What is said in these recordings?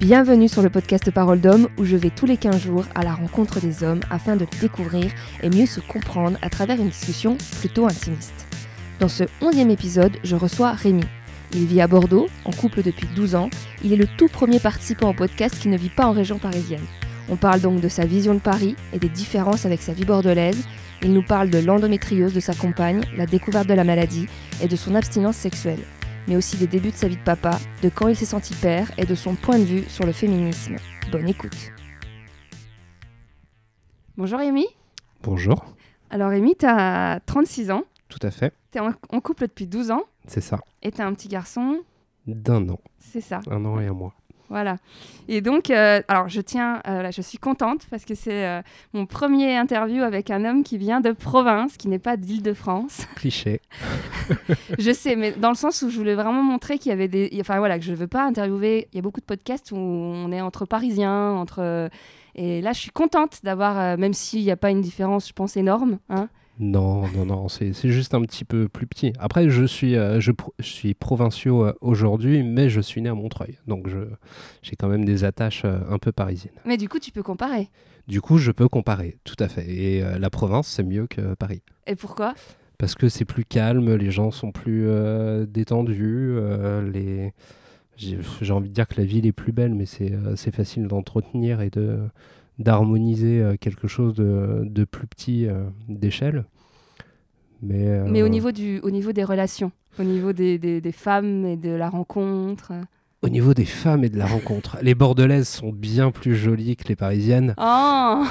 Bienvenue sur le podcast Parole d'Homme où je vais tous les 15 jours à la rencontre des hommes afin de les découvrir et mieux se comprendre à travers une discussion plutôt intimiste. Dans ce 11e épisode, je reçois Rémi. Il vit à Bordeaux, en couple depuis 12 ans. Il est le tout premier participant au podcast qui ne vit pas en région parisienne. On parle donc de sa vision de Paris et des différences avec sa vie bordelaise. Il nous parle de l'endométriose de sa compagne, la découverte de la maladie et de son abstinence sexuelle. Mais aussi des débuts de sa vie de papa, de quand il s'est senti père et de son point de vue sur le féminisme. Bonne écoute. Bonjour Rémi. Bonjour. Alors Rémi, tu as 36 ans. Tout à fait. Tu es en couple depuis 12 ans. C'est ça. Et tu as un petit garçon. D'1 an. C'est ça. 1 an et 1 mois. Voilà. Et donc, alors je suis contente parce que c'est mon premier interview avec un homme qui vient de province, qui n'est pas d'Île-de-France. Cliché. Je sais, mais dans le sens où je voulais vraiment montrer qu'il y avait que je ne veux pas interviewer. Il y a beaucoup de podcasts où on est entre Parisiens, et là, je suis contente d'avoir, même s'il n'y a pas une différence, je pense, énorme. Hein. Non, c'est juste un petit peu plus petit. Après, je suis provinciaux aujourd'hui, mais je suis né à Montreuil. Donc, j'ai quand même des attaches un peu parisiennes. Mais du coup, tu peux comparer. Du coup, je peux comparer, tout à fait. Et la province, c'est mieux que Paris. Et pourquoi ? Parce que c'est plus calme, les gens sont plus détendus, j'ai envie de dire que la ville est plus belle, mais c'est facile d'entretenir et d'harmoniser quelque chose de plus petit d'échelle. Mais au niveau des relations, au niveau des femmes et de la rencontre. Au niveau des femmes et de la rencontre, les Bordelaises sont bien plus jolies que les Parisiennes. Oh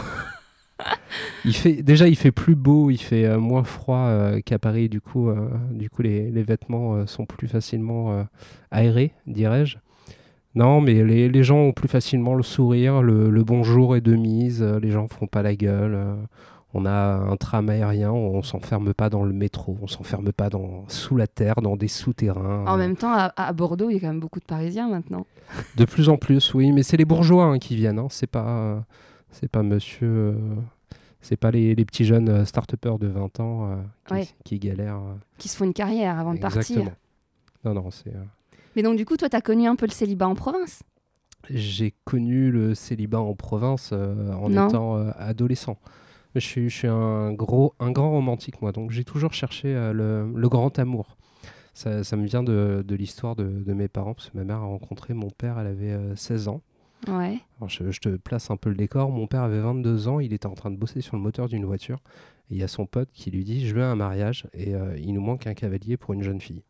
il fait plus beau, il fait moins froid qu'à Paris. Du coup, les vêtements sont plus facilement aérés, dirais-je. Non, mais les gens ont plus facilement le sourire, le bonjour est de mise, les gens font pas la gueule. On a un tram aérien, on s'enferme pas dans le métro, on s'enferme pas sous la terre, dans des souterrains. En même temps, à Bordeaux, il y a quand même beaucoup de Parisiens maintenant. De plus en plus, oui, mais c'est les bourgeois qui viennent, hein. C'est pas monsieur... c'est pas les petits jeunes start-upers de 20 ans qui galèrent. Qui se font une carrière avant de partir. Exactement. Non, c'est... Mais donc du coup, toi, tu as connu un peu le célibat en province ? J'ai connu le célibat en province en étant adolescent. Je suis un grand romantique, moi, donc j'ai toujours cherché le grand amour. Ça me vient de l'histoire de mes parents, parce que ma mère a rencontré mon père, elle avait 16 ans. Ouais. Alors je te place un peu le décor. Mon père avait 22 ans, il était en train de bosser sur le moteur d'une voiture. Et il y a son pote qui lui dit « Je veux un mariage et il nous manque un cavalier pour une jeune fille. »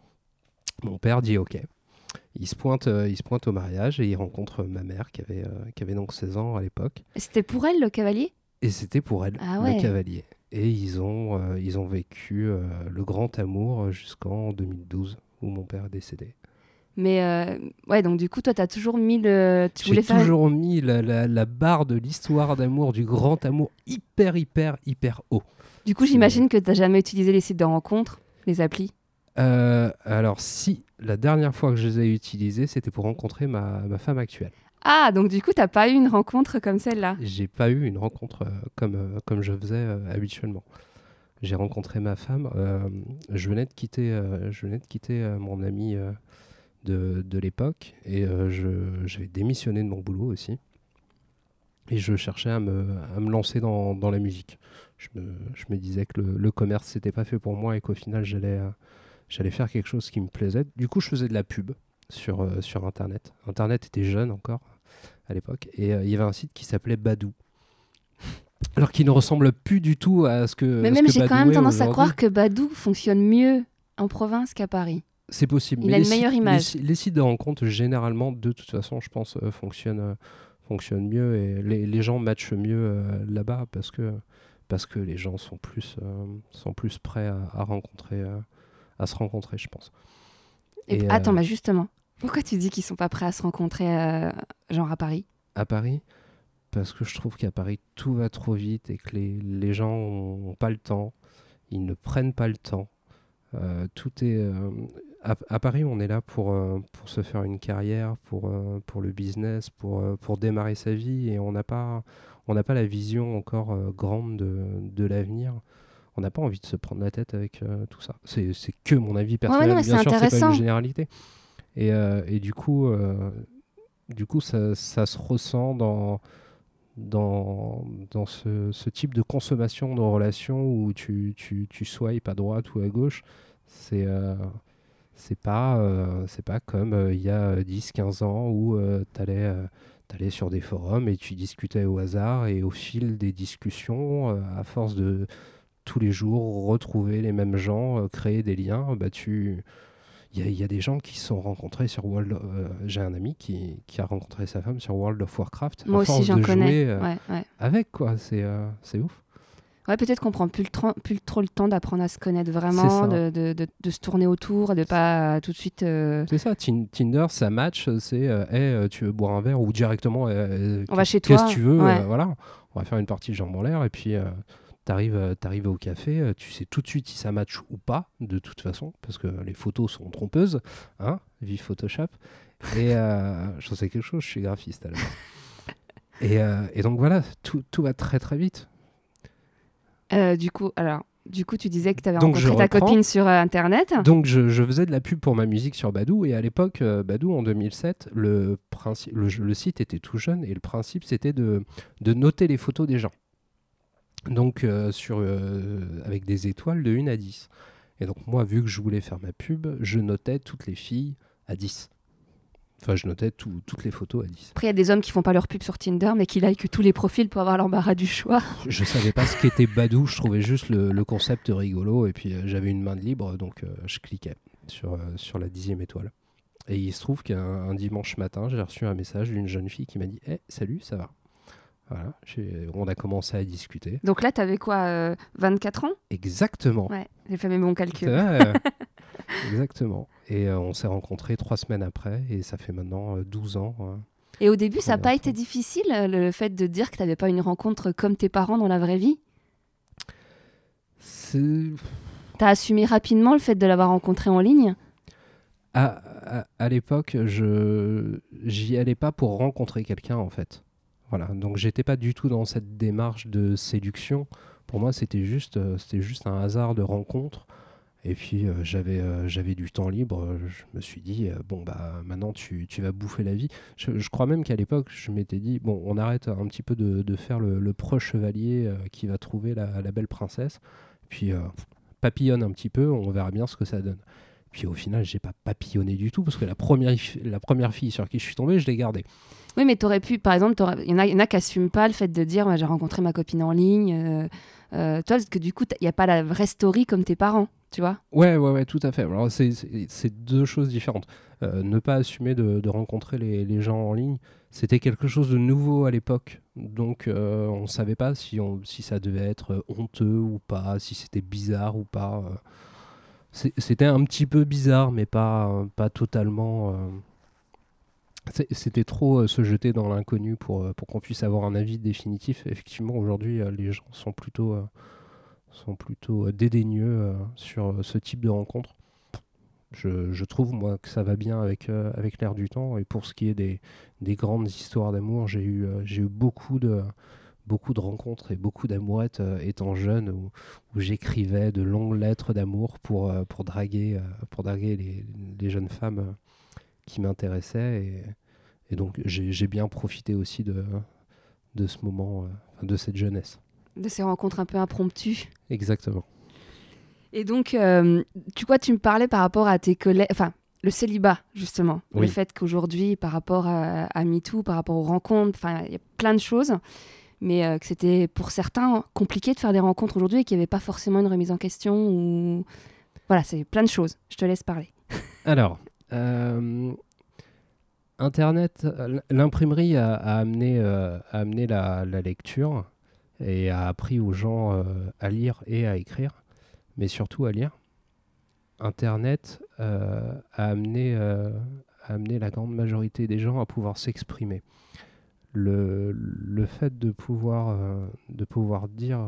Mon père dit « Ok ». Il se pointe au mariage et il rencontre ma mère qui avait donc 16 ans à l'époque. Et c'était pour elle le cavalier ? Et c'était pour elle, le cavalier. Et ils ont vécu le grand amour jusqu'en 2012 où mon père est décédé. Mais donc du coup, toi, tu as toujours mis J'ai toujours mis la barre de l'histoire d'amour, du grand amour hyper haut. Du coup, j'imagine que tu n'as jamais utilisé les sites de rencontres, les applis. Alors si, la dernière fois que je les ai utilisés, c'était pour rencontrer ma femme actuelle. Ah, donc du coup, tu n'as pas eu une rencontre comme celle-là ? J'ai pas eu une rencontre comme je faisais habituellement. J'ai rencontré ma femme, je venais de quitter mon ami de l'époque et j'avais démissionné de mon boulot aussi. Et je cherchais à me lancer dans la musique. Je me disais que le commerce, c'était pas fait pour moi et qu'au final, j'allais faire quelque chose qui me plaisait. Du coup, je faisais de la pub sur Internet. Internet était jeune encore à l'époque. Et il y avait un site qui s'appelait Badoo. Alors qu'il ne ressemble plus du tout à ce que Mais même, j'ai quand même tendance à aujourd'hui. croire que Badoo fonctionne mieux en province qu'à Paris. C'est possible. Il a une meilleure image. Les sites de rencontres, généralement, de toute façon, je pense, fonctionnent mieux et les gens matchent mieux là-bas parce que les gens sont plus prêts à se rencontrer, je pense. Et attends, justement, pourquoi tu dis qu'ils sont pas prêts à se rencontrer, genre à Paris ? À Paris, parce que je trouve qu'à Paris, tout va trop vite et que les gens n'ont pas le temps, ils ne prennent pas le temps. Tout est... à Paris, on est là pour se faire une carrière, pour le business, pour démarrer sa vie et on n'a pas la vision encore grande de l'avenir. On n'a pas envie de se prendre la tête avec tout ça. C'est que mon avis personnel, mais bien c'est sûr, c'est pas intéressant. une généralité. Et du coup, du coup, ça se ressent dans ce type de consommation de relations où tu swipes à droite ou à gauche. C'est c'est pas comme il y a 10-15 ans où t'allais sur des forums et tu discutais au hasard, et au fil des discussions, à force de tous les jours retrouver les mêmes gens, créer des liens, il y a des gens qui se sont rencontrés sur j'ai un ami qui a rencontré sa femme sur World of Warcraft Moi à aussi, force j'en de connais. jouer Ouais, ouais. avec, quoi. C'est ouf. Ouais, peut-être qu'on prend plus trop le temps d'apprendre à se connaître C'est vraiment, ça. de se tourner autour, de pas tout de suite. C'est ça, Tinder, ça match, c'est hey, tu veux boire un verre, ou directement On va chez qu'est-ce que toi. tu veux, Ouais. voilà, on va faire une partie de jambes en l'air, et puis t'arrives au café, tu sais tout de suite si ça match ou pas, de toute façon, parce que les photos sont trompeuses, hein, vive Photoshop, et je sais quelque chose, je suis graphiste à la base. Et donc voilà, tout va très très vite. Du coup, tu disais que tu avais Donc je rencontré ta reprends. copine sur Internet. Donc je faisais de la pub pour ma musique sur Badoo, et à l'époque, Badoo en 2007, le site était tout jeune, et le principe c'était de noter les photos des gens. Donc avec des étoiles de 1 à 10. Et donc moi, vu que je voulais faire ma pub, je notais toutes les filles à 10. Enfin, je notais toutes les photos à 10. Après, il y a des hommes qui font pas leur pub sur Tinder, mais qui likent tous les profils pour avoir l'embarras du choix. Je savais pas ce qu'était Badoo, je trouvais juste le concept rigolo, et puis j'avais une main de libre, donc je cliquais sur la 10e étoile. Et il se trouve qu'un dimanche matin, j'ai reçu un message d'une jeune fille qui m'a dit hey, salut, ça va. Voilà, on a commencé à discuter. Donc là, tu avais quoi, 24 ans? Exactement. Ouais, j'ai fait mes bons calculs. Exactement. Et on s'est rencontrés 3 semaines après, et ça fait maintenant 12 ans. Et au début, ça n'a qu'on est pas été ensemble. difficile, le fait de dire que tu n'avais pas une rencontre comme tes parents dans la vraie vie? C'est... Tu as assumé rapidement le fait de l'avoir rencontré en ligne? À l'époque, j'y allais pas pour rencontrer quelqu'un, en fait. Voilà, donc j'étais pas du tout dans cette démarche de séduction. Pour moi, c'était juste un hasard de rencontre. Et puis j'avais du temps libre. Je me suis dit bon bah maintenant tu vas bouffer la vie. Je crois même qu'à l'époque je m'étais dit bon, on arrête un petit peu de faire le preux chevalier qui va trouver la belle princesse. Puis papillonne un petit peu, on verra bien ce que ça donne. Puis au final, j'ai pas papillonné du tout, parce que la première fille sur qui je suis tombé, je l'ai gardée. Oui, mais tu aurais pu, par exemple, il y en a qui n'assument pas le fait de dire ouais, j'ai rencontré ma copine en ligne. Toi, parce que du coup, il n'y a pas la vraie story comme tes parents, tu vois. Ouais, tout à fait. Alors, c'est deux choses différentes. Ne pas assumer de rencontrer les gens en ligne, c'était quelque chose de nouveau à l'époque. Donc, on ne savait pas si ça devait être honteux ou pas, si c'était bizarre ou pas. C'était un petit peu bizarre, mais pas totalement. C'était trop se jeter dans l'inconnu pour qu'on puisse avoir un avis définitif. Effectivement, aujourd'hui, les gens sont plutôt dédaigneux sur ce type de rencontre. Je trouve, moi, que ça va bien avec l'air du temps. Et pour ce qui est des grandes histoires d'amour, j'ai eu beaucoup de rencontres et beaucoup d'amourettes étant jeune, où j'écrivais de longues lettres d'amour pour draguer les jeunes femmes qui m'intéressaient. Et donc, j'ai bien profité aussi de ce moment, de cette jeunesse. De ces rencontres un peu impromptues. Exactement. Et donc, tu me parlais par rapport à tes collègues, enfin, le célibat, justement. Oui. Le fait qu'aujourd'hui, par rapport à MeToo, par rapport aux rencontres, enfin, il y a plein de choses, mais que c'était pour certains compliqué de faire des rencontres aujourd'hui et qu'il n'y avait pas forcément une remise en question. Ou... Voilà, c'est plein de choses. Je te laisse parler. Alors, Internet, l'imprimerie a amené la lecture et a appris aux gens à lire et à écrire, mais surtout à lire. Internet a amené la grande majorité des gens à pouvoir s'exprimer. Le fait de pouvoir dire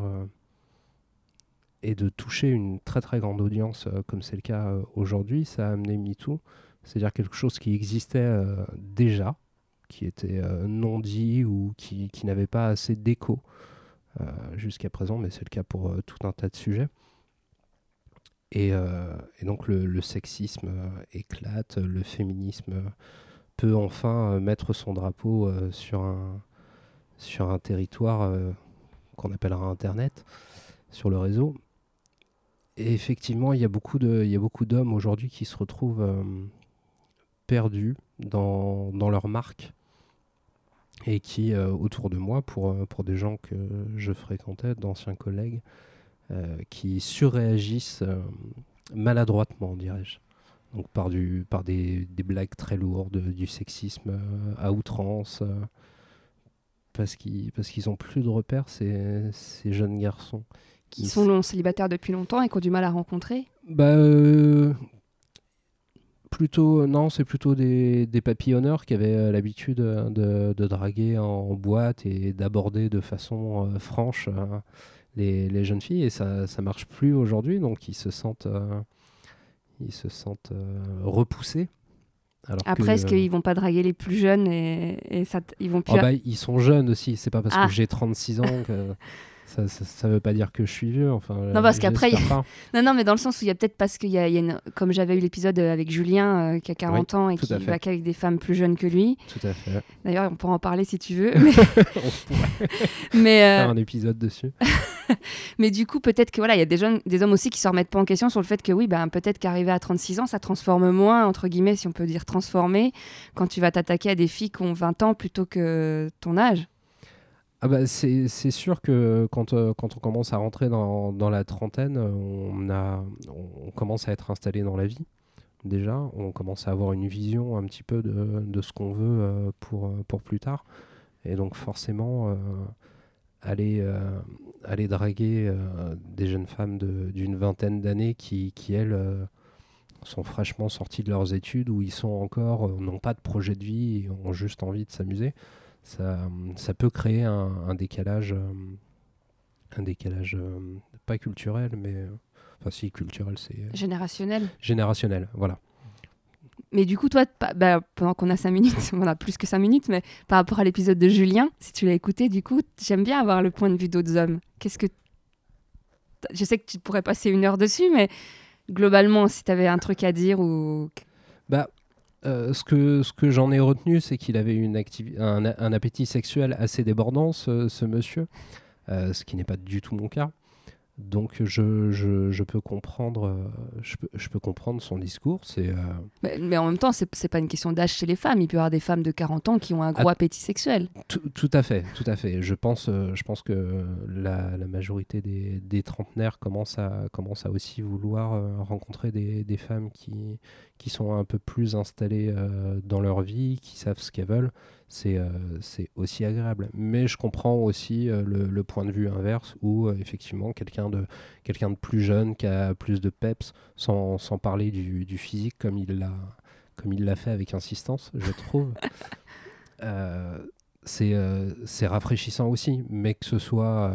et de toucher une très très grande audience, comme c'est le cas aujourd'hui, ça a amené MeToo. C'est-à-dire quelque chose qui existait déjà, qui était non dit ou qui n'avait pas assez d'écho jusqu'à présent, mais c'est le cas pour tout un tas de sujets. Et donc le sexisme éclate, le féminisme peut enfin mettre son drapeau sur un territoire qu'on appellera Internet, sur le réseau. Et effectivement, il y a beaucoup d'hommes aujourd'hui qui se retrouvent perdus dans leur marque et qui, autour de moi, pour des gens que je fréquentais, d'anciens collègues, qui surréagissent maladroitement, dirais-je. Donc par des blagues très lourdes, du sexisme à outrance, parce qu'ils ont plus de repères, ces jeunes garçons. Qui sont célibataires depuis longtemps et qui ont du mal à rencontrer. Non, c'est plutôt des papillonneurs qui avaient l'habitude de draguer en boîte et d'aborder de façon franche les jeunes filles, et ça marche plus aujourd'hui, donc ils se sentent repoussés. Alors après, est-ce qu'ils vont pas draguer les plus jeunes et ça, ils vont plus... Ils sont jeunes aussi, c'est pas parce que j'ai 36 ans que... Ça veut pas dire que je suis vieux, enfin. Non, parce qu'après, non, mais dans le sens où il y a peut-être parce qu'il y a une... Comme j'avais eu l'épisode avec Julien qui a 40 ans et qui va qu'avec des femmes plus jeunes que lui. Tout à fait. D'ailleurs, on pourra en parler si tu veux. Mais faire un épisode dessus. Mais du coup, peut-être que voilà, il y a des hommes aussi qui se remettent pas en question sur le fait que oui, peut-être qu'arriver à 36 ans, ça transforme moins, entre guillemets, si on peut dire transformer, quand tu vas t'attaquer à des filles qui ont 20 ans plutôt que ton âge. C'est sûr que quand on commence à rentrer dans la trentaine, on commence à être installé dans la vie. Déjà, on commence à avoir une vision un petit peu de ce qu'on veut pour plus tard. Et donc forcément, aller draguer des jeunes femmes d'une vingtaine d'années qui elles, sont fraîchement sorties de leurs études, où ils sont encore, n'ont pas de projet de vie et ont juste envie de s'amuser. Ça peut créer un décalage pas culturel, mais enfin si, culturel, c'est générationnel, voilà. Mais du coup, toi, pendant qu'on a 5 minutes, on a plus que 5 minutes, mais par rapport à l'épisode de Julien, si tu l'as écouté, du coup, j'aime bien avoir le point de vue d'autres hommes. Je sais que tu pourrais passer 1 heure dessus, mais globalement, si tu avais un truc à dire ou... Ce que j'en ai retenu, c'est qu'il avait un appétit sexuel assez débordant, ce monsieur, ce qui n'est pas du tout mon cas. Donc je peux comprendre, je peux comprendre son discours. Mais en même temps, c'est pas une question d'âge chez les femmes. Il peut y avoir des femmes de 40 ans qui ont un gros appétit sexuel. Tout à fait. Je pense que la majorité des trentenaires commencent à aussi vouloir rencontrer des femmes qui sont un peu plus installées dans leur vie, qui savent ce qu'elles veulent. C'est aussi agréable. Mais je comprends aussi le point de vue inverse où effectivement quelqu'un de plus jeune qui a plus de peps, sans parler du physique comme il l'a fait avec insistance, je trouve. C'est rafraîchissant aussi, mais que ce soit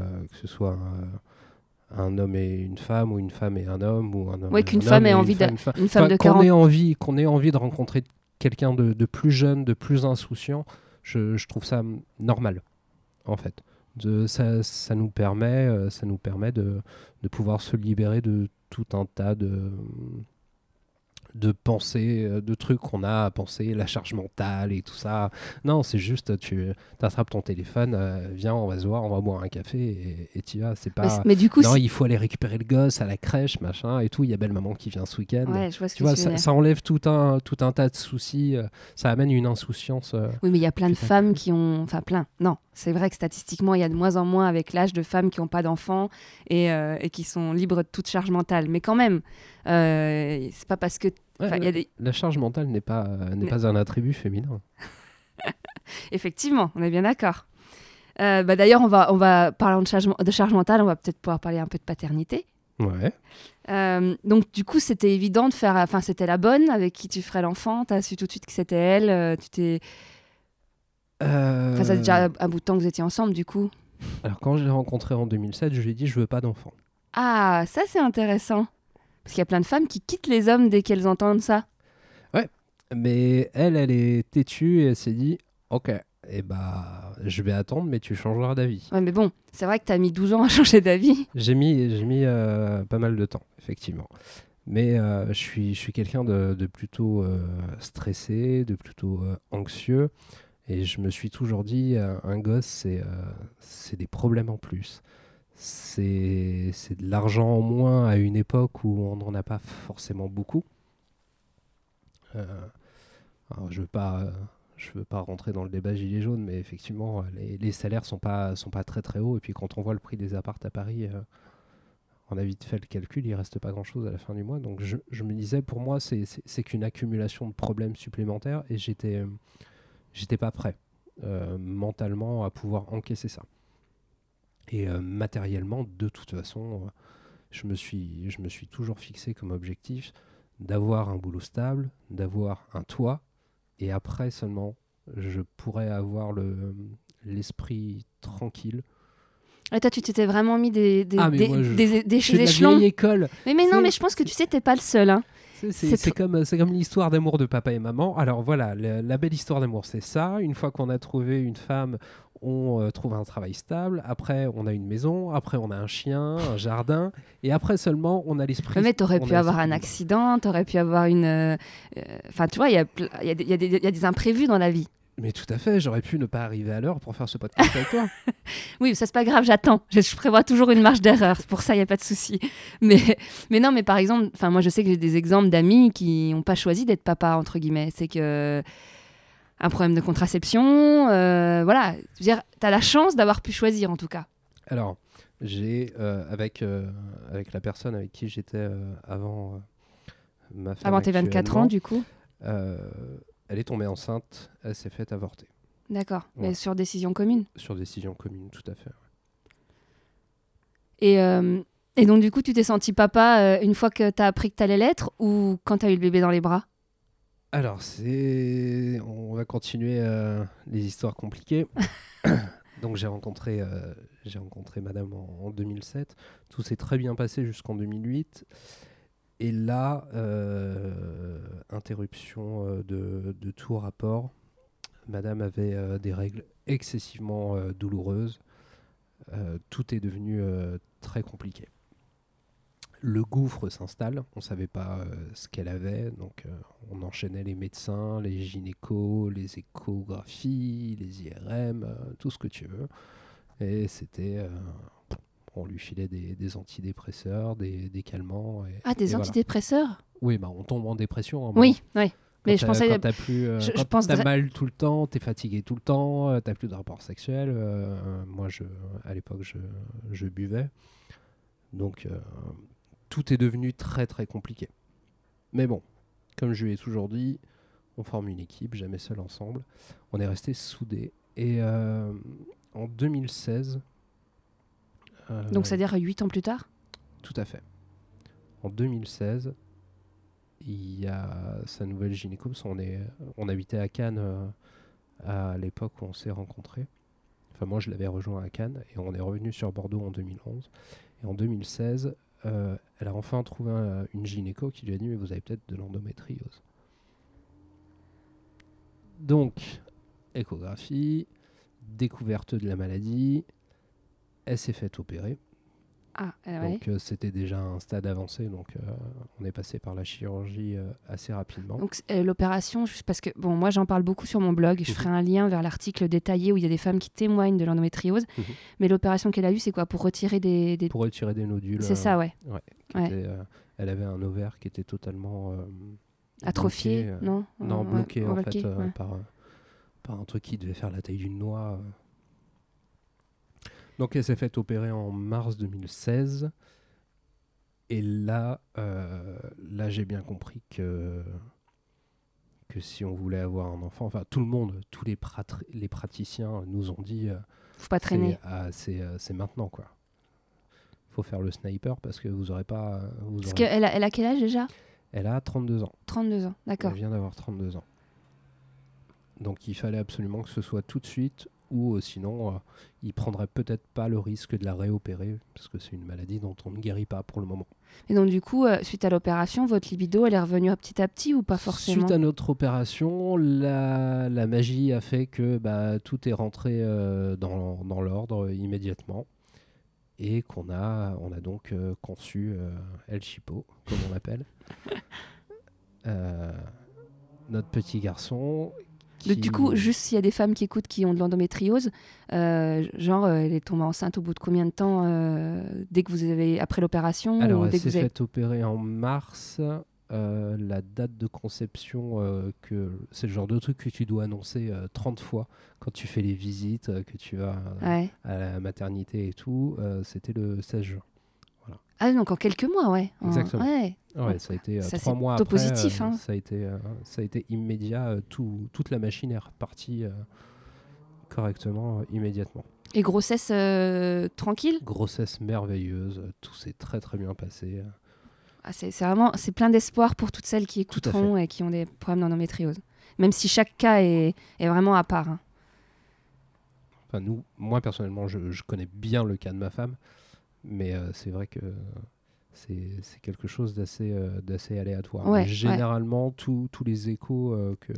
un homme et une femme, ou une femme et un homme, ou un homme qu'une femme ait envie une femme de 40 ans. Qu'on ait envie de rencontrer quelqu'un de plus jeune, de plus insouciant, je trouve ça normal, en fait. Ça nous permet de pouvoir se libérer de tout un tas de pensées, de trucs qu'on a à penser, la charge mentale et tout ça. Non, c'est juste, tu attrapes ton téléphone, viens, on va se voir, on va boire un café et tu vas. C'est pas... mais du coup, non, il faut aller récupérer le gosse à la crèche, machin, et tout. Il y a belle maman qui vient ce week-end. Ouais, je vois ce que tu vois, ça enlève tout un tas de soucis, ça amène une insouciance. Oui, mais il y a plein de femmes qui ont... Enfin, plein. Non, c'est vrai que statistiquement, il y a de moins en moins avec l'âge de femmes qui n'ont pas d'enfants et qui sont libres de toute charge mentale. Mais quand même, c'est pas parce que... La charge mentale n'est pas un attribut féminin. Effectivement, on est bien d'accord. D'ailleurs, on va parler de charge mentale, on va peut-être pouvoir parler un peu de paternité. Ouais. Donc du coup, c'était évident de faire... Enfin, c'était la bonne avec qui tu ferais l'enfant. Tu as su tout de suite que c'était elle. Tu t'es... Enfin, ça fait déjà un bout de temps que vous étiez ensemble, du coup. Alors, quand je l'ai rencontrée en 2007, je lui ai dit « je veux pas d'enfant ». Ah, ça c'est intéressant. Parce qu'il y a plein de femmes qui quittent les hommes dès qu'elles entendent ça. Ouais, mais elle est têtue et elle s'est dit « ok, je vais attendre, mais tu changeras d'avis ». Ouais, mais bon, c'est vrai que tu as mis 12 ans à changer d'avis. J'ai mis pas mal de temps, effectivement. Mais je suis quelqu'un de plutôt stressé, de plutôt anxieux. Et je me suis toujours dit, un gosse, c'est des problèmes en plus. C'est de l'argent en moins à une époque où on n'en a pas forcément beaucoup. Euh, alors je veux pas rentrer dans le débat gilet jaune, mais effectivement, les salaires sont pas très très hauts. Et puis quand on voit le prix des apparts à Paris, on a vite fait le calcul, il reste pas grand-chose à la fin du mois. Donc je me disais, pour moi, c'est qu'une accumulation de problèmes supplémentaires et j'étais pas prêt mentalement à pouvoir encaisser ça. Et matériellement, de toute façon, je me suis toujours fixé comme objectif d'avoir un boulot stable, d'avoir un toit, et après seulement, je pourrais avoir l'esprit tranquille. Et toi, tu t'étais vraiment mis Mais moi, des je suis de la échelons. vieille école. Mais non, mais je pense que tu sais, t'es pas le seul. Hein. C'est comme l'histoire d'amour de papa et maman. Alors voilà, la belle histoire d'amour, c'est ça. Une fois qu'on a trouvé une femme, on trouve un travail stable. Après, on a une maison. Après, on a un chien, un jardin. Et après seulement, on a l'esprit. Mais t'aurais pu avoir un accident, t'aurais pu avoir une... Enfin, tu vois, il y a des imprévus dans la vie. Mais tout à fait, j'aurais pu ne pas arriver à l'heure pour faire ce podcast avec toi. Oui, ça c'est pas grave, j'attends. Je prévois toujours une marge d'erreur, pour ça il n'y a pas de souci. Mais non, mais par exemple, moi je sais que j'ai des exemples d'amis qui n'ont pas choisi d'être papa, entre guillemets. C'est que un problème de contraception, voilà. Je veux dire, t'as la chance d'avoir pu choisir en tout cas. Alors, j'ai, avec la personne avec qui j'étais avant ma femme avant tes 24 ans du coup elle est tombée enceinte, elle s'est faite avorter. D'accord, Ouais. mais sur décision commune. Sur décision commune, tout à fait. Et donc du coup, tu t'es senti papa une fois que t'as appris que t'allais l'être ou quand t'as eu le bébé dans les bras? Alors, on va continuer les histoires compliquées. Donc j'ai rencontré madame en 2007. Tout s'est très bien passé jusqu'en 2008. Et là, interruption de tout rapport. Madame avait des règles excessivement douloureuses. Tout est devenu très compliqué. Le gouffre s'installe, on ne savait pas ce qu'elle avait, donc on enchaînait les médecins, les gynécos, les échographies, les IRM, tout ce que tu veux. Et c'était... on lui filait des antidépresseurs, des calmants. Des antidépresseurs ? Oui, on tombe en dépression. Oui. Mais je pensais... Quand t'as plus, quand t'as mal tout le temps, t'es fatigué tout le temps, t'as plus de rapport sexuel. Moi, à l'époque, je buvais. Donc, tout est devenu très, très compliqué. Mais bon, comme je lui ai toujours dit, on forme une équipe, jamais seul ensemble. On est restés soudés. Et en 2016... Donc, c'est-à-dire 8 ans plus tard ? Tout à fait. En 2016... il y a sa nouvelle gynéco, parce on habitait à Cannes à l'époque où on s'est rencontrés. Enfin, moi, je l'avais rejoint à Cannes et on est revenu sur Bordeaux en 2011. Et en 2016, elle a enfin trouvé une gynéco qui lui a dit « Mais vous avez peut-être de l'endométriose. » Donc, échographie, découverte de la maladie, elle s'est faite opérer. Donc c'était déjà un stade avancé, donc on est passé par la chirurgie assez rapidement. Donc l'opération, juste parce que moi j'en parle beaucoup sur mon blog, je ferai un lien vers l'article détaillé où il y a des femmes qui témoignent de l'endométriose, mais l'opération qu'elle a eue, c'est quoi? Pour retirer des... Pour retirer des nodules. C'est ça, ouais. Elle avait un ovaire qui était totalement atrophié, bloqué, non? Non, bloqué en fait ouais. par un truc qui devait faire la taille d'une noix. Donc elle s'est faite opérer en mars 2016. Et là j'ai bien compris que si on voulait avoir un enfant, enfin tout le monde, tous les praticiens nous ont dit faut pas traîner. C'est maintenant quoi. Faut faire le sniper parce que vous aurez pas... qu'elle a quel âge déjà? Elle a 32 ans. 32 ans, d'accord. Elle vient d'avoir 32 ans. Donc il fallait absolument que ce soit tout de suite ou sinon il prendrait peut-être pas le risque de la réopérer parce que c'est une maladie dont on ne guérit pas pour le moment. Et donc du coup, suite à l'opération, votre libido, elle est revenue petit à petit ou pas forcément? Suite à notre opération, la magie a fait que tout est rentré dans l'ordre immédiatement. et on a donc conçu El Chipo, comme on l'appelle. Notre petit garçon Donc, du coup, juste s'il y a des femmes qui écoutent qui ont de l'endométriose, elle est tombée enceinte au bout de combien de temps dès que vous avez après l'opération Alors, ou elle dès que s'est vous avez... faite opérer en mars. La date de conception, c'est le genre de truc que tu dois annoncer 30 fois quand tu fais les visites, que tu vas Ouais. à la maternité et tout. C'était le 16 juin. Voilà. Ah, donc en quelques mois, ouais. Exactement. Ouais. Ouais, ça a été Ça, 3 c'est mois plutôt après. positif. Hein. Ça a été immédiat. Toute la machine est repartie correctement immédiatement. Et grossesse tranquille. Grossesse merveilleuse. Tout s'est très très bien passé. Ah, c'est plein d'espoir pour toutes celles qui écouteront et qui ont des problèmes d'endométriose. Même si chaque cas est vraiment à part. Hein. Enfin, moi personnellement, je connais bien le cas de ma femme, mais c'est vrai que c'est quelque chose d'assez aléatoire. Ouais, Mais généralement, tous les échos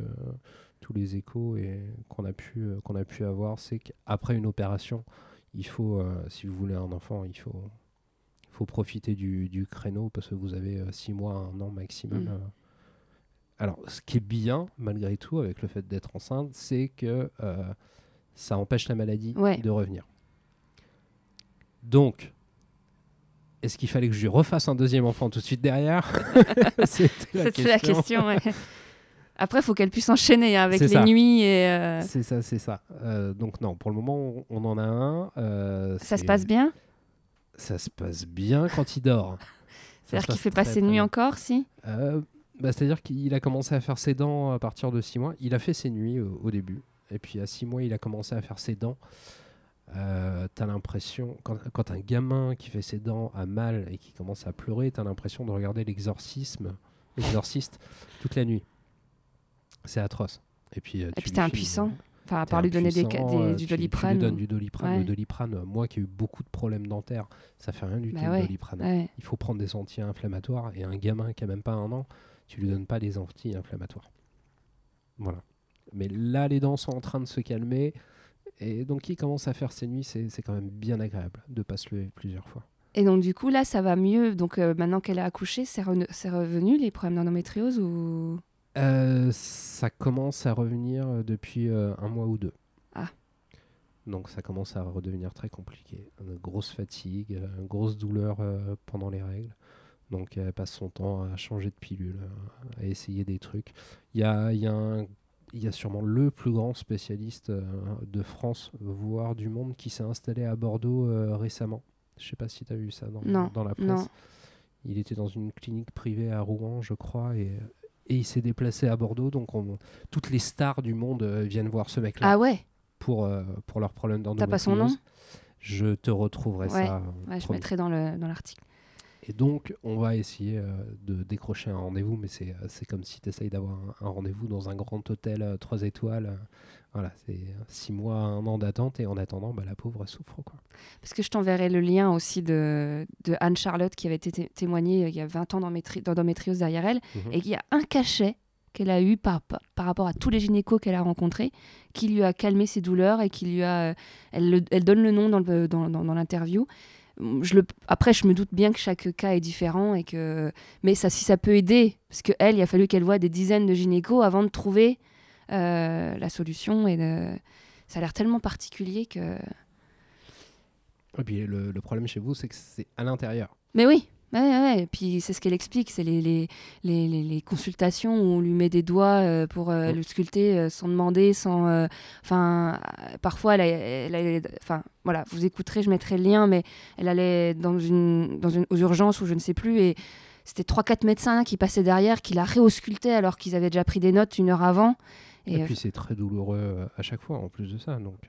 qu'on a pu avoir, c'est qu'après une opération, il faut, si vous voulez un enfant, il faut profiter du créneau parce que vous avez 6 mois, 1 an maximum. Alors, ce qui est bien, malgré tout, avec le fait d'être enceinte, c'est que ça empêche la maladie de revenir. Donc, est-ce qu'il fallait que je lui refasse un deuxième enfant tout de suite derrière? C'était la question. Ouais. Après, il faut qu'elle puisse enchaîner avec les nuits. Et C'est ça. Donc non, pour le moment, on en a un. Ça se passe bien? Ça se passe bien quand il dort. C'est-à-dire qu'il fait pas ses nuits encore, si c'est-à-dire qu'il a commencé à faire ses dents à partir de 6 mois. Il a fait ses nuits au début. Et puis à 6 mois, il a commencé à faire ses dents. T'as l'impression, quand un gamin qui fait ses dents a mal et qui commence à pleurer, t'as l'impression de regarder l'exorciste toute la nuit. C'est atroce. Et puis t'es impuissant. Enfin, à part lui donner du Doliprane. Tu lui donnes du Doliprane. Ouais. Le Doliprane, moi qui ai eu beaucoup de problèmes dentaires, ça fait rien du tout, le Doliprane. Ouais. Il faut prendre des anti-inflammatoires. Et un gamin qui a même pas 1 an, tu lui donnes pas des anti-inflammatoires. Voilà. Mais là, les dents sont en train de se calmer. Et donc, il commence à faire ses nuits. C'est quand même bien agréable de pas se lever plusieurs fois. Et donc, du coup, là, ça va mieux. Donc, maintenant qu'elle a accouché, c'est revenu les problèmes d'endométriose ou... Ça commence à revenir depuis 1 mois ou 2. Ah. Donc ça commence à redevenir très compliqué. Une grosse fatigue, une grosse douleur pendant les règles. Donc elle passe son temps à changer de pilule, à essayer des trucs. Il y a sûrement le plus grand spécialiste de France, voire du monde, qui s'est installé à Bordeaux récemment. Je ne sais pas si tu as vu ça dans la presse. Non. Il était dans une clinique privée à Rouen, je crois, et il s'est déplacé à Bordeaux. Donc toutes les stars du monde viennent voir ce mec-là. Ah ouais. Pour leurs problèmes d'endométriose. T'as pas son nom? Je te retrouverai ça. Je mettrai dans l'article. Et donc, on va essayer de décrocher un rendez-vous, mais c'est comme si tu essayes d'avoir un rendez-vous dans un grand hôtel 3 étoiles. Voilà, c'est 6 mois, 1 an d'attente, et en attendant, la pauvre souffre, quoi. Parce que je t'enverrai le lien aussi de Anne-Charlotte qui avait été témoignée il y a 20 ans d'endométriose derrière elle, et qu'il y a un cachet qu'elle a eu par rapport à tous les gynécos qu'elle a rencontrés, qui lui a calmé ses douleurs et qui lui a... Elle donne le nom dans l'interview. Après, je me doute bien que chaque cas est différent, mais si ça peut aider, parce qu'elle, il a fallu qu'elle voie des dizaines de gynécos avant de trouver la solution, et ça a l'air tellement particulier que... Et puis le problème chez vous, c'est que c'est à l'intérieur. Mais oui. Ouais. Et puis c'est ce qu'elle explique, c'est les consultations où on lui met des doigts pour le sculpter sans demander, sans... parfois, voilà, vous écouterez, je mettrai le lien, mais elle allait aux urgences ou je ne sais plus, et c'était 3-4 médecins qui passaient derrière, qui la réauscultaient alors qu'ils avaient déjà pris des notes 1 heure avant. Et puis c'est très douloureux à chaque fois, en plus de ça, donc...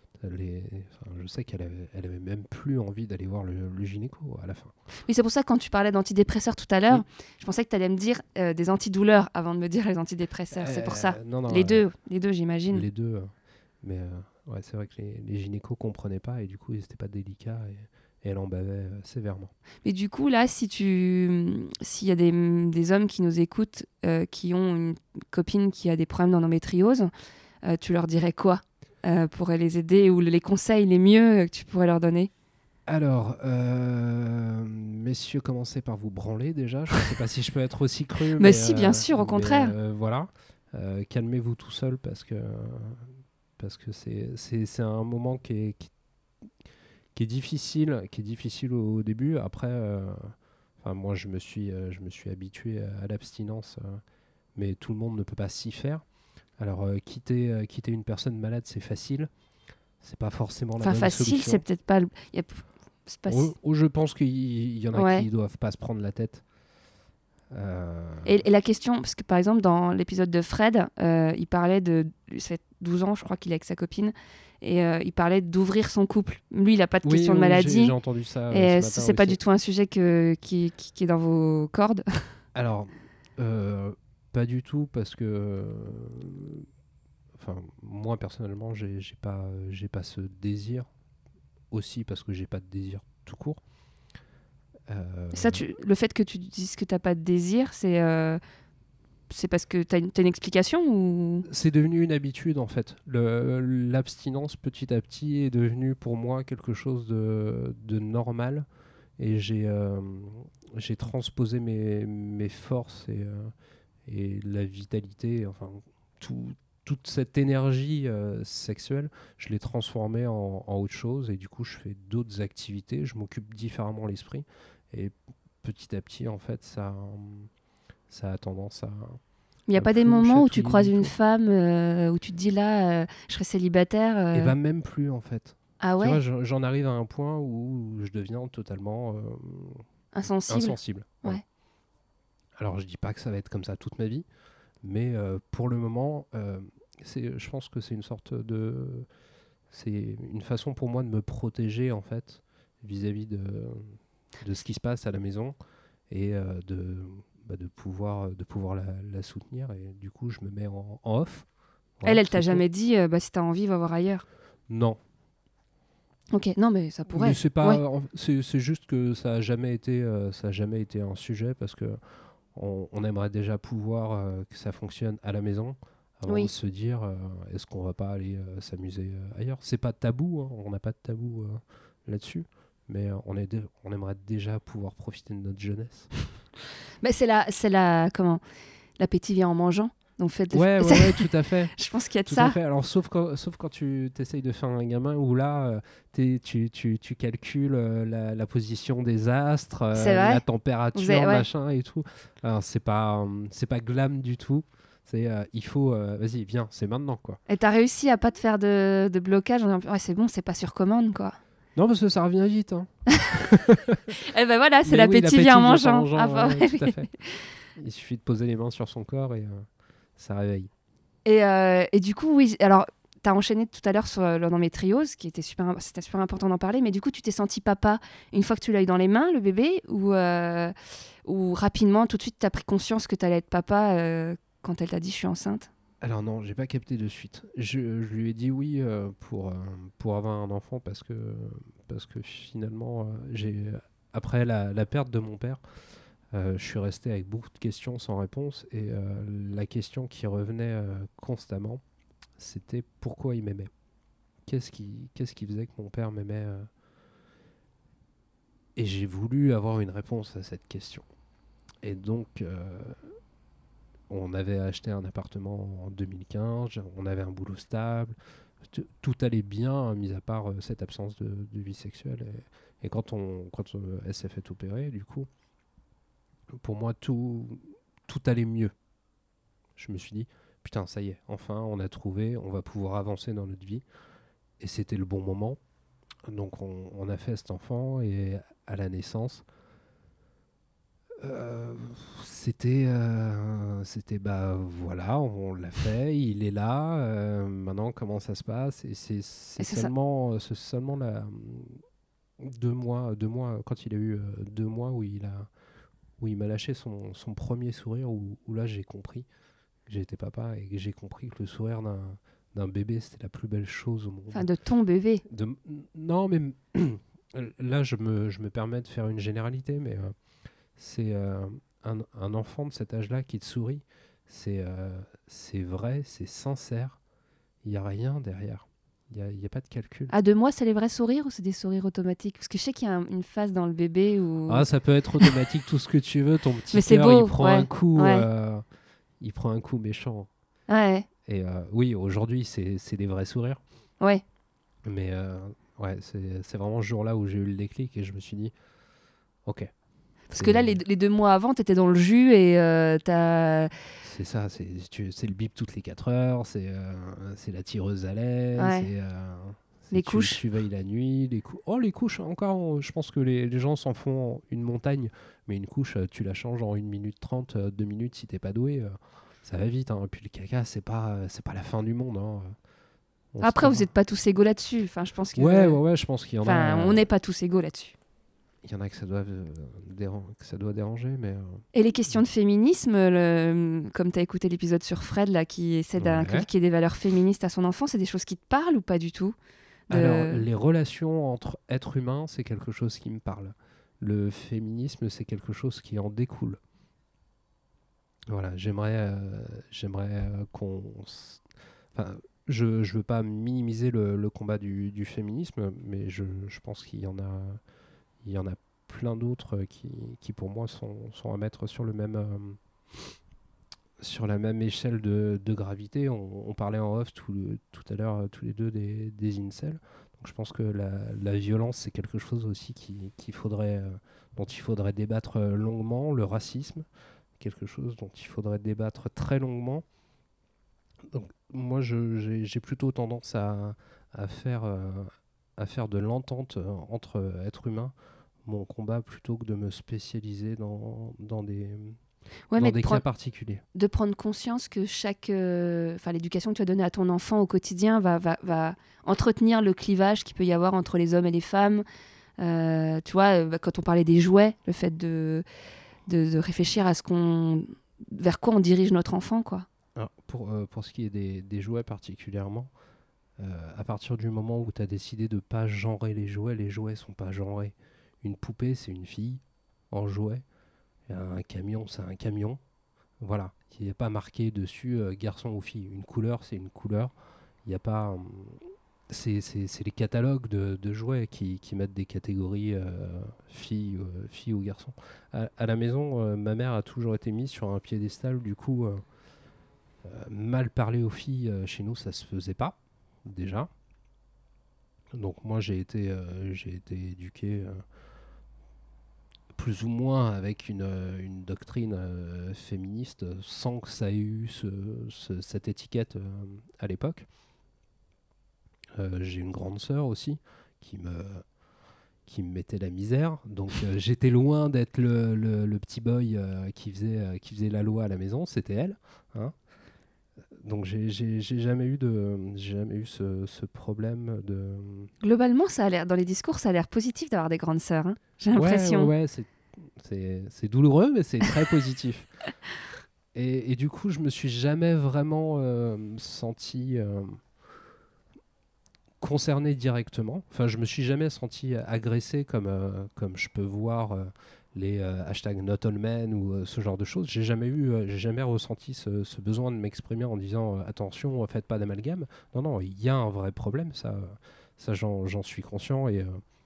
je sais qu'elle avait même plus envie d'aller voir le gynéco à la fin. Oui, c'est pour ça que quand tu parlais d'antidépresseurs tout à l'heure, je pensais que tu allais me dire des antidouleurs avant de me dire les antidépresseurs. C'est pour ça. Non, les deux, j'imagine. Les deux. Mais c'est vrai que les gynécos comprenaient pas et du coup, ils n'étaient pas délicats et elle en bavait sévèrement. Mais du coup, là, s'il y a des hommes qui nous écoutent, qui ont une copine qui a des problèmes d'endométriose, tu leur dirais quoi pour les aider, ou les conseils les mieux que tu pourrais leur donner? Alors, messieurs, commencez par vous branler déjà. Je ne sais pas si je peux être aussi cru. Mais si, bien sûr, au contraire. Voilà. Calmez-vous tout seul parce que c'est un moment qui est difficile au début. Après, moi, je me suis habitué à l'abstinence, mais tout le monde ne peut pas s'y faire. Alors, quitter une personne malade, c'est facile. C'est pas forcément la bonne facile, solution. c'est peut-être pas... c'est pas Je pense qu'il y en a Ouais. qui doivent pas se prendre la tête. Et la question, parce que par exemple, dans l'épisode de Fred, il parlait c'est 12 ans, je crois qu'il est avec sa copine, et il parlait d'ouvrir son couple. Lui, il n'a pas de question de maladie. J'ai entendu ça Et ce matin c'est aussi. pas du tout un sujet qui est dans vos cordes. Alors, pas du tout, parce que moi, personnellement, j'ai pas ce désir. Aussi parce que j'ai pas de désir tout court. Ça, le fait que tu dises que tu n'as pas de désir, c'est parce que tu as une explication ou... C'est devenu une habitude en fait. L'abstinence petit à petit est devenue pour moi quelque chose de normal et j'ai transposé mes forces et la vitalité, toute cette énergie sexuelle, je l'ai transformée en autre chose et du coup je fais d'autres activités, je m'occupe différemment l'esprit et petit à petit en fait ça a tendance à... Il n'y a pas des moments où tu croises une femme où tu te dis là, je serais célibataire Et même plus en fait. Ah ouais. Tu vois, j'en arrive à un point où je deviens totalement insensible. Ouais. Ouais. Alors je dis pas que ça va être comme ça toute ma vie, mais pour le moment, je pense que c'est c'est une façon pour moi de me protéger en fait vis-à-vis de ce qui se passe à la maison et de pouvoir la soutenir et du coup je me mets en off. Elle t'a jamais dit si t'as envie va voir ailleurs? Non. Ok, non mais ça pourrait. Mais c'est pas, c'est juste que ça a jamais été un sujet parce que on aimerait déjà pouvoir que ça fonctionne à la maison avant de se dire est-ce qu'on va pas aller s'amuser ailleurs. C'est pas tabou, hein, on n'a pas de tabou là-dessus, mais on aimerait déjà pouvoir profiter de notre jeunesse. Mais c'est l'appétit vient en mangeant. Donc ouais, tout à fait. Je pense qu'il y a de tout ça. À fait. Alors, sauf quand tu t'essayes de faire un gamin où là, tu calcules la position des astres, la température, machin et tout. Alors, c'est pas glam du tout. C'est il faut, vas-y, viens, c'est maintenant quoi. Et t'as réussi à pas te faire de blocage en disant, c'est bon, c'est pas sur commande quoi. Non, parce que ça revient vite. Hein. Et ben voilà, c'est l'appétit vient en mangeant. Tout à fait. Il suffit de poser les mains sur son corps et ça réveille. Et du coup, oui, alors, tu as enchaîné tout à l'heure sur l'endométriose, c'était super important d'en parler, mais du coup, tu t'es senti papa une fois que tu l'as eu dans les mains, le bébé, ou rapidement, tout de suite, tu as pris conscience que tu allais être papa quand elle t'a dit « je suis enceinte » ? Alors non, j'ai pas capté de suite. Je lui ai dit oui pour avoir un enfant parce que finalement, après la perte de mon père, je suis resté avec beaucoup de questions sans réponse et la question qui revenait constamment, c'était pourquoi il m'aimait. Qu'est-ce qui faisait que mon père m'aimait Et j'ai voulu avoir une réponse à cette question. Et donc, on avait acheté un appartement en 2015, on avait un boulot stable, tout allait bien, mis à part cette absence de vie sexuelle. Et quand elle s'est fait opérer, du coup, pour moi, tout allait mieux. Je me suis dit, putain, ça y est, enfin, on a trouvé, on va pouvoir avancer dans notre vie. Et c'était le bon moment. Donc, on a fait cet enfant et à la naissance, c'était bah voilà, on l'a fait, il est là. Maintenant, comment ça se passe? Et c'est seulement 2 mois quand il a eu 2 mois où il m'a lâché son premier sourire où là j'ai compris que j'étais papa et que j'ai compris que le sourire d'un bébé c'était la plus belle chose au monde. Enfin, de ton bébé. Non, mais là je me permets de faire une généralité, mais c'est un enfant de cet âge-là qui te sourit, c'est vrai, c'est sincère, il n'y a rien derrière. Il y a pas de calcul. À 2 mois, c'est les vrais sourires ou c'est des sourires automatiques? Parce que je sais qu'il y a une phase dans le bébé où... Ah, ça peut être automatique, tout ce que tu veux. Ton petit Mais c'est cœur, beau, il prend ouais. un coup, Ouais. il prend un coup méchant. Ouais, Et oui, aujourd'hui, c'est des vrais sourires. ouais. Mais ouais, c'est vraiment ce jour-là où j'ai eu le déclic et je me suis dit, ok. Parce que là, les 2 mois avant, t'étais dans le jus et t'as... C'est ça, c'est le bip toutes les 4 heures, c'est la tireuse à lait, Ouais. Les couches. tu veilles la nuit, les couches, encore, je pense que les gens s'en font une montagne, mais une couche, tu la changes en 1 minute 30, 2 minutes si t'es pas doué, ça va vite. Hein. Et puis le caca, c'est pas la fin du monde. Hein. Après, vous n'êtes pas tous égaux là-dessus. Enfin, je pense que... Ouais, je pense qu'il y en a. Enfin, on n'est pas tous égaux là-dessus. Il y en a que ça doit déranger, mais... Et les questions de féminisme, comme tu as écouté l'épisode sur Fred, là, qui essaie d'inculquer des valeurs féministes à son enfant, c'est des choses qui te parlent ou pas du tout? Alors, les relations entre êtres humains, c'est quelque chose qui me parle. Le féminisme, c'est quelque chose qui en découle. Voilà, j'aimerais qu'on... Enfin, je veux pas minimiser le combat du féminisme, mais je pense qu'il y en a plein d'autres qui pour moi sont à mettre sur la même échelle de gravité. On parlait en off tout à l'heure tous les deux des incels. Donc je pense que la violence, c'est quelque chose aussi dont il faudrait débattre longuement. Le racisme, quelque chose dont il faudrait débattre très longuement. Donc moi, j'ai plutôt tendance à faire de l'entente entre êtres humains mon combat, plutôt que de me spécialiser dans des cas particuliers. De prendre conscience que l'éducation que tu vas donner à ton enfant au quotidien va entretenir le clivage qu'il peut y avoir entre les hommes et les femmes. Tu vois, quand on parlait des jouets, le fait de réfléchir à vers quoi on dirige notre enfant, quoi. Alors, pour ce qui est des jouets particulièrement, à partir du moment où tu as décidé de ne pas genrer les jouets sont pas genrés. Une poupée, c'est une fille en jouet. Un camion, c'est un camion. Voilà. Il n'y a pas marqué dessus garçon ou fille. Une couleur, c'est une couleur. Il n'y a pas... c'est les catalogues de jouets qui mettent des catégories filles ou garçons. À la maison, ma mère a toujours été mise sur un piédestal. Du coup, mal parler aux filles, chez nous, ça se faisait pas, déjà. Donc moi, j'ai été éduqué... plus ou moins avec une doctrine féministe, sans que ça ait eu cette étiquette à l'époque. J'ai une grande sœur aussi qui me mettait la misère, donc j'étais loin d'être le petit boy qui faisait la loi à la maison, c'était elle. Hein. Donc j'ai jamais eu ce problème de... Globalement, ça a l'air, dans les discours, ça a l'air positif d'avoir des grandes sœurs. Hein. J'ai l'impression. Ouais, c'est douloureux, mais c'est très positif. Et du coup, je me suis jamais vraiment senti concerné directement. Enfin, je me suis jamais senti agressé comme je peux voir les hashtags not all men ou ce genre de choses. J'ai jamais ressenti ce besoin de m'exprimer en disant attention, faites pas d'amalgame. Non, il y a un vrai problème, ça j'en suis conscient et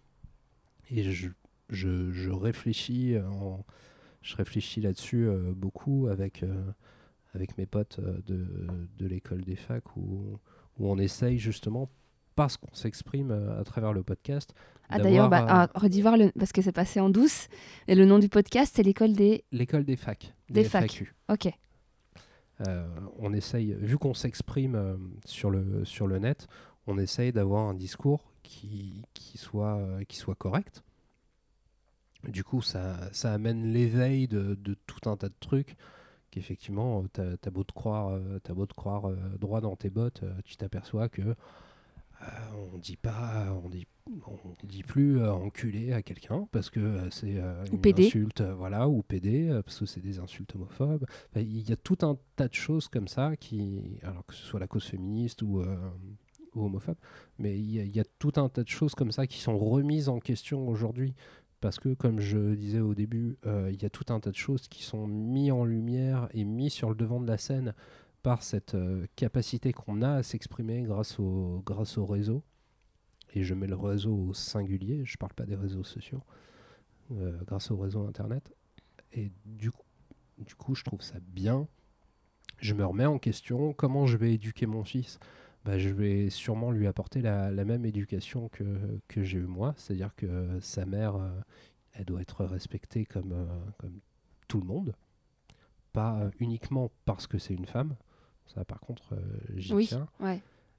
je réfléchis là-dessus beaucoup avec mes potes de l'école des facs où on essaye justement, parce qu'on s'exprime à travers le podcast. D'ailleurs, redis voir parce que c'est passé en douce. Et le nom du podcast, c'est l'école des facs. Des FAQ. Ok. On essaye, vu qu'on s'exprime sur le net, on essaye d'avoir un discours qui soit correct. Du coup, ça amène l'éveil de tout un tas de trucs qu'effectivement, t'as beau te croire droit dans tes bottes, tu t'aperçois que on dit plus enculé à quelqu'un parce que c'est une PD. insulte, ou PD, parce que c'est des insultes homophobes. Il y a tout un tas de choses comme ça alors que ce soit la cause féministe ou homophobe, mais il y a tout un tas de choses comme ça qui sont remises en question aujourd'hui. Parce que, comme je disais au début, il y a tout un tas de choses qui sont mises en lumière et mises sur le devant de la scène par cette capacité qu'on a à s'exprimer grâce au réseau. Et je mets le réseau au singulier, je ne parle pas des réseaux sociaux, grâce au réseau Internet. Et du coup, je trouve ça bien. Je me remets en question, comment je vais éduquer mon fils ? Je vais sûrement lui apporter la même éducation que j'ai eue moi, c'est-à-dire que sa mère, elle doit être respectée comme tout le monde, pas uniquement parce que c'est une femme, ça par contre j'y tiens. Ouais.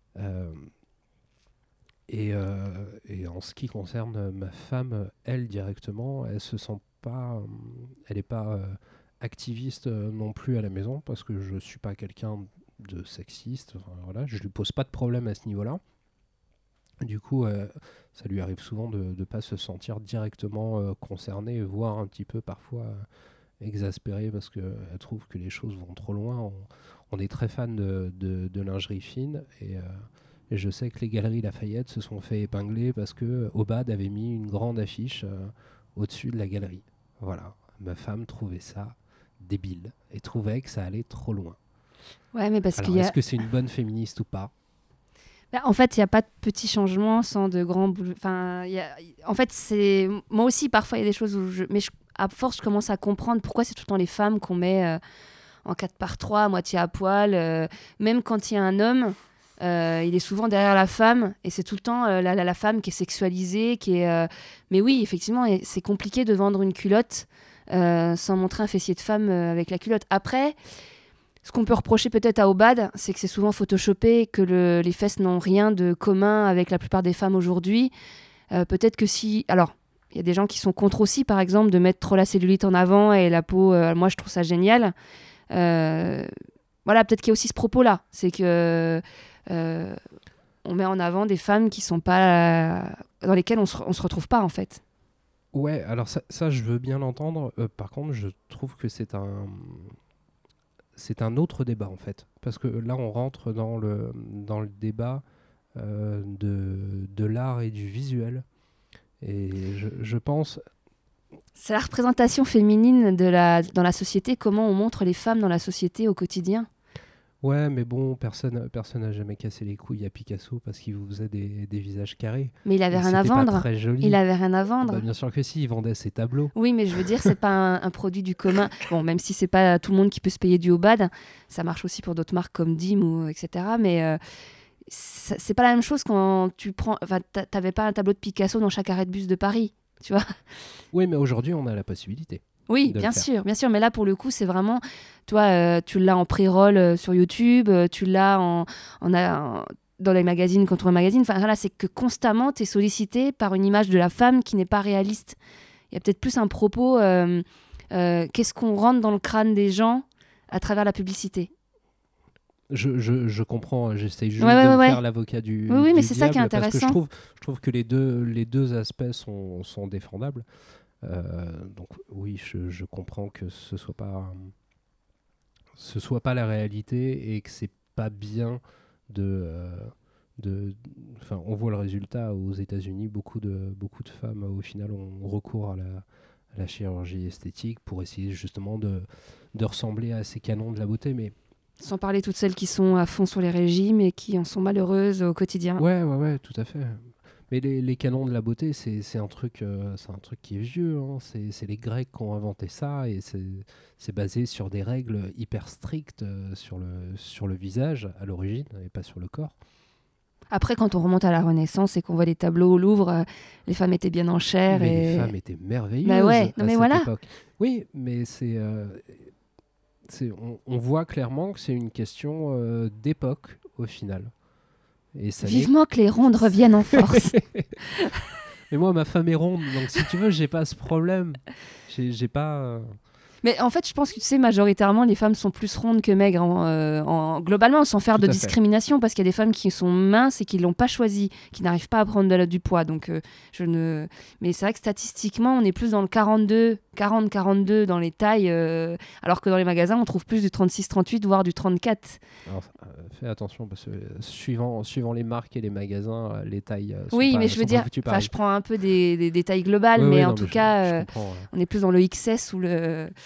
Et en ce qui concerne ma femme, elle directement, elle se sent pas, elle n'est pas activiste non plus à la maison parce que je suis pas quelqu'un de sexiste. Enfin, voilà, je lui pose pas de problème à ce niveau-là. Du coup, ça lui arrive souvent de ne pas se sentir directement concernée, voire un petit peu parfois exaspérée parce qu'elle trouve que les choses vont trop loin. On est très fan de lingerie fine et je sais que les Galeries Lafayette se sont fait épingler parce que Obad avait mis une grande affiche au-dessus de la galerie. Voilà, ma femme trouvait ça débile et trouvait que ça allait trop loin. Ouais, mais parce Alors, est-ce que c'est une bonne féministe ou pas ? En fait, il n'y a pas de petits changements sans de grands... En fait, c'est... Moi aussi, parfois, il y a des choses où mais à force, je commence à comprendre pourquoi c'est tout le temps les femmes qu'on met en 4x3, à moitié à poil. Même quand il y a un homme, il est souvent derrière la femme. Et c'est tout le temps la femme qui est sexualisée. Mais oui, effectivement, c'est compliqué de vendre une culotte sans montrer un fessier de femme avec la culotte. Après... Ce qu'on peut reprocher peut-être à Obad, c'est que c'est souvent photoshopé, que les fesses n'ont rien de commun avec la plupart des femmes aujourd'hui. Peut-être que si... Alors, il y a des gens qui sont contre aussi, par exemple, de mettre trop la cellulite en avant et la peau... moi, je trouve ça génial. Voilà, peut-être qu'il y a aussi ce propos-là. C'est que on met en avant des femmes qui sont pas... dans lesquelles on se retrouve pas, en fait. Ouais, alors ça je veux bien l'entendre. Par contre, je trouve que c'est un autre débat en fait, parce que là on rentre dans le débat de l'art et du visuel, et je pense... C'est la représentation féminine dans la société, comment on montre les femmes dans la société au quotidien. Ouais, mais bon, personne n'a jamais cassé les couilles à Picasso parce qu'il vous faisait des visages carrés. Mais il avait rien à vendre. Pas très joli. Il avait rien à vendre. Bien sûr que si, il vendait ses tableaux. Oui, mais je veux dire, c'est pas un produit du commun. Bon, même si c'est pas tout le monde qui peut se payer du Obad, ça marche aussi pour d'autres marques comme Dim ou etc. Mais c'est pas la même chose quand tu prends. Enfin, t'avais pas un tableau de Picasso dans chaque arrêt de bus de Paris, tu vois. Oui, mais aujourd'hui, on a la possibilité. Oui, bien sûr. Mais là, pour le coup, c'est vraiment... Toi, tu l'as en pré-roll sur YouTube, tu l'as dans les magazines, quand on voit un magazine. Enfin, là, c'est que constamment, tu es sollicité par une image de la femme qui n'est pas réaliste. Il y a peut-être plus un propos... qu'est-ce qu'on rentre dans le crâne des gens à travers la publicité ? Je comprends, j'essaye juste faire l'avocat du Oui, mais du c'est diable, ça qui est intéressant. Parce que je trouve que les deux aspects sont défendables. Donc oui, je comprends que ce soit pas la réalité et que c'est pas bien enfin, on voit le résultat aux États-Unis, beaucoup de femmes au final ont recours à la chirurgie esthétique pour essayer justement de ressembler à ces canons de la beauté, mais sans parler toutes celles qui sont à fond sur les régimes et qui en sont malheureuses au quotidien. Ouais, tout à fait. Mais les canons de la beauté, c'est un truc qui est vieux. Hein. C'est les Grecs qui ont inventé ça et c'est basé sur des règles hyper strictes sur le visage à l'origine et pas sur le corps. Après, quand on remonte à la Renaissance et qu'on voit les tableaux au Louvre, les femmes étaient bien en chair. Les femmes étaient merveilleuses à cette époque. Oui, mais on voit clairement que c'est une question d'époque au final. Et ça vivement que les rondes reviennent en force. Mais moi, ma femme est ronde, donc si tu veux, j'ai pas ce problème. J'ai pas... Mais en fait, je pense que tu sais, majoritairement, les femmes sont plus rondes que maigres, globalement, sans faire de discrimination, parce qu'il y a des femmes qui sont minces et qui l'ont pas choisi, qui n'arrivent pas à prendre du poids. Donc, Mais c'est vrai que statistiquement, on est plus dans le 40-42 dans les tailles, alors que dans les magasins, on trouve plus du 36-38, voire du 34. Alors, fais attention, parce que suivant les marques et les magasins, les tailles sont oui, pas, mais je veux dire, je prends un peu des tailles globales, mais en tout cas, on est plus dans le XS ou le...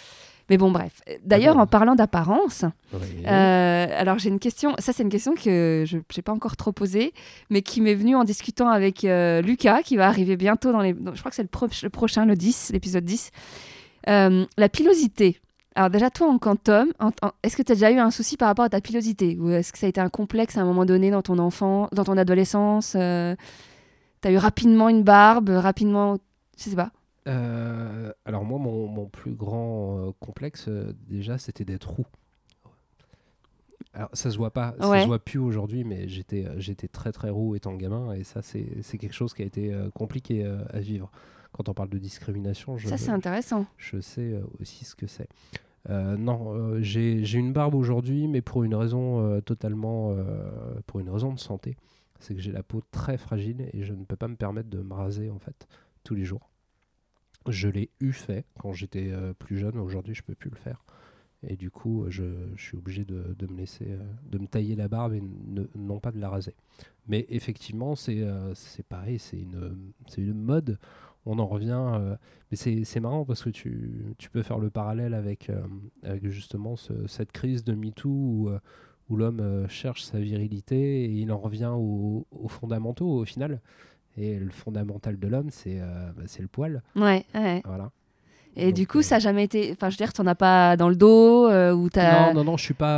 Mais bon, bref. D'ailleurs, bon. en parlant d'apparence, Oui. alors j'ai une question. Ça, c'est une question que je n'ai pas encore trop posée, mais qui m'est venue en discutant avec Lucas, qui va arriver bientôt je crois que c'est le prochain, le 10, l'épisode 10. La pilosité. Alors déjà, toi, en quantum, est-ce que tu as déjà eu un souci par rapport à ta pilosité? Ou est-ce que ça a été un complexe à un moment donné dans dans ton adolescence? Tu as eu rapidement une barbe, rapidement... Je sais pas. Alors moi, mon plus grand complexe, déjà, c'était d'être roux. Alors ça se voit pas, ça se Ouais. voit plus aujourd'hui, mais j'étais très très roux étant gamin, et ça c'est quelque chose qui a été compliqué à vivre. Quand on parle de discrimination, Ça, c'est intéressant. je sais aussi ce que c'est. Non, j'ai une barbe aujourd'hui, mais pour une raison pour une raison de santé. C'est que j'ai la peau très fragile et je ne peux pas me permettre de me raser en fait tous les jours. Je l'ai fait quand j'étais plus jeune. Aujourd'hui, je peux plus le faire. Et du coup, je suis obligé de me laisser, de me tailler la barbe et non pas de la raser. Mais effectivement, c'est pareil, c'est une mode. On en revient. Mais c'est marrant parce que tu peux faire le parallèle avec justement cette crise de MeToo où l'homme cherche sa virilité et il en revient aux fondamentaux au final. Et le fondamental de l'homme, c'est le poil. Ouais, ouais. Voilà. Et du Donc, coup, ça n'a jamais été... Enfin, je veux dire, t'en as pas dans le dos ou t'as... non,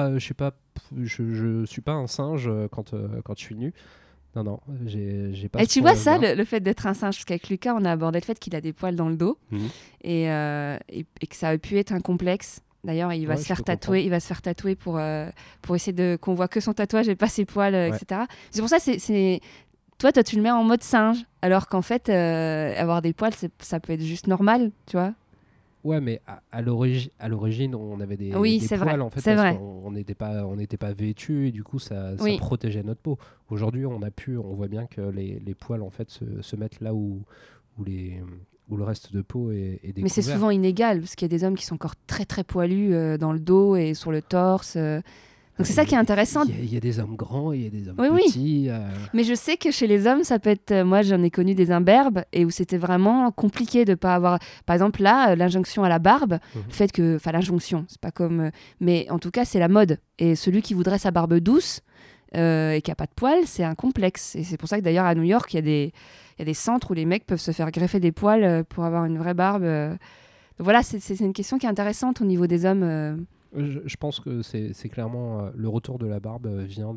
je suis pas un singe quand je suis nu. Non, j'ai pas Et ce tu vois ça, problème-là. le fait d'être un singe, parce qu'avec Lucas, on a abordé le fait qu'il a des poils dans le dos Mhm. et que ça a pu être un complexe. D'ailleurs, il va Ouais, se je faire peux comprendre. tatouer, il va se faire tatouer pour essayer qu'on voit que son tatouage et pas ses poils, Ouais. etc. C'est pour ça, toi, tu le mets en mode singe, alors qu'en fait, avoir des poils, ça peut être juste normal, tu vois. Ouais, mais à l'origine, on avait Oui, des c'est vrai, poils en fait c'est parce vrai. qu'on n'était pas vêtus et du coup ça Oui, protégeait notre peau. Aujourd'hui, on voit bien que les poils en fait se mettent là où les où le reste de peau est mais c'est découvert. souvent inégal, parce qu'il y a des hommes qui sont encore très très poilus dans le dos et sur le torse. Donc c'est ça qui est intéressant. Il y a des hommes grands et il y a des hommes Oui, oui. petits. Mais je sais que chez les hommes, ça peut être. Moi, j'en ai connu des imberbes et où c'était vraiment compliqué de pas avoir. Par exemple, là, l'injonction à la barbe, Mhm. le fait que. Enfin, l'injonction, c'est pas comme. Mais en tout cas, c'est la mode. Et celui qui voudrait sa barbe douce et qui a pas de poils, c'est un complexe. Et c'est pour ça que d'ailleurs, à New York, il y a des centres où les mecs peuvent se faire greffer des poils pour avoir une vraie barbe. Donc voilà, c'est une question qui est intéressante au niveau des hommes. Je pense que c'est clairement le retour de la barbe vient